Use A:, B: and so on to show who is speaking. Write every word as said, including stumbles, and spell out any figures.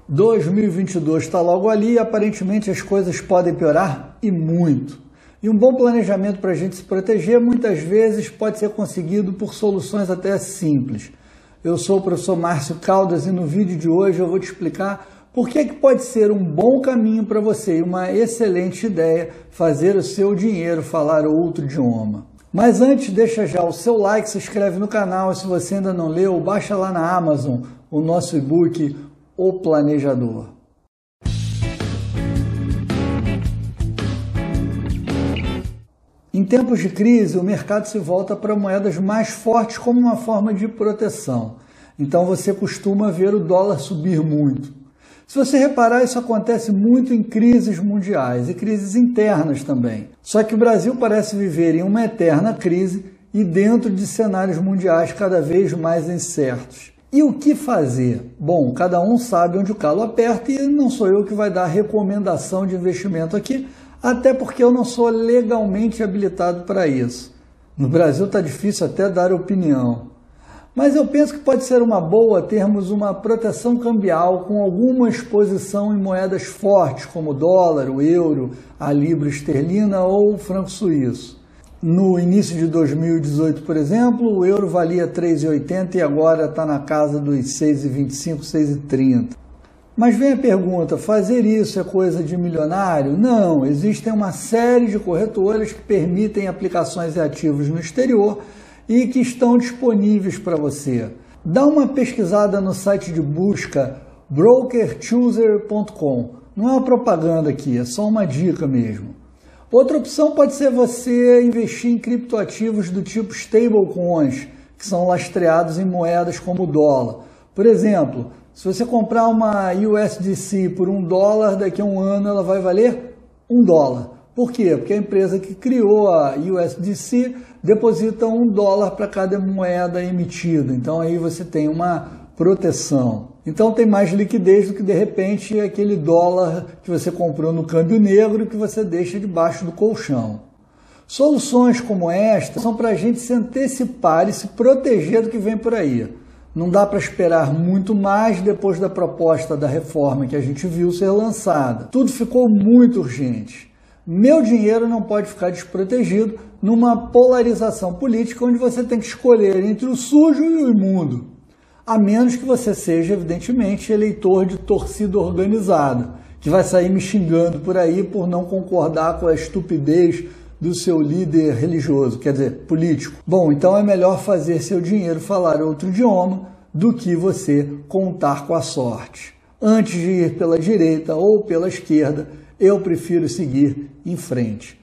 A: dois mil e vinte e dois está logo ali e aparentemente as coisas podem piorar e muito. E um bom planejamento para a gente se proteger muitas vezes pode ser conseguido por soluções até simples. Eu sou o professor Márcio Caldas e no vídeo de hoje eu vou te explicar por que, que pode ser um bom caminho para você e uma excelente ideia fazer o seu dinheiro falar outro idioma. Mas antes, deixa já o seu like, se inscreve no canal e se você ainda não leu, baixa lá na Amazon o nosso e-book O Planejador. Em tempos de crise, o mercado se volta para moedas mais fortes como uma forma de proteção. Então você costuma ver o dólar subir muito. Se você reparar, isso acontece muito em crises mundiais e crises internas também. Só que o Brasil parece viver em uma eterna crise e dentro de cenários mundiais cada vez mais incertos. E o que fazer? Bom, cada um sabe onde o calo aperta e não sou eu que vai dar recomendação de investimento aqui, até porque eu não sou legalmente habilitado para isso. No Brasil está difícil até dar opinião. Mas eu penso que pode ser uma boa termos uma proteção cambial com alguma exposição em moedas fortes, como o dólar, o euro, a libra esterlina ou o franco suíço. No início de dois mil e dezoito, por exemplo, o euro valia três reais e oitenta centavos e agora está na casa dos seis reais e vinte e cinco centavos, seis reais e trinta centavos. Mas vem a pergunta, fazer isso é coisa de milionário? Não, existem uma série de corretoras que permitem aplicações de ativos no exterior e que estão disponíveis para você. Dá uma pesquisada no site de busca broker chooser ponto com. Não é uma propaganda aqui, é só uma dica mesmo. Outra opção pode ser você investir em criptoativos do tipo stablecoins, que são lastreados em moedas como o dólar. Por exemplo, se você comprar uma U S D C por um dólar, daqui a um ano ela vai valer um dólar. Por quê? Porque a empresa que criou a U S D C deposita um dólar para cada moeda emitida. Então aí você tem uma proteção. Então tem mais liquidez do que de repente aquele dólar que você comprou no câmbio negro que você deixa debaixo do colchão. Soluções como esta são para a gente se antecipar e se proteger do que vem por aí. Não dá para esperar muito mais depois da proposta da reforma que a gente viu ser lançada. Tudo ficou muito urgente. Meu dinheiro não pode ficar desprotegido numa polarização política onde você tem que escolher entre o sujo e o imundo. A menos que você seja, evidentemente, eleitor de torcida organizada, que vai sair me xingando por aí por não concordar com a estupidez do seu líder religioso, quer dizer, político. Bom, então é melhor fazer seu dinheiro falar outro idioma do que você contar com a sorte. Antes de ir pela direita ou pela esquerda, eu prefiro seguir em frente.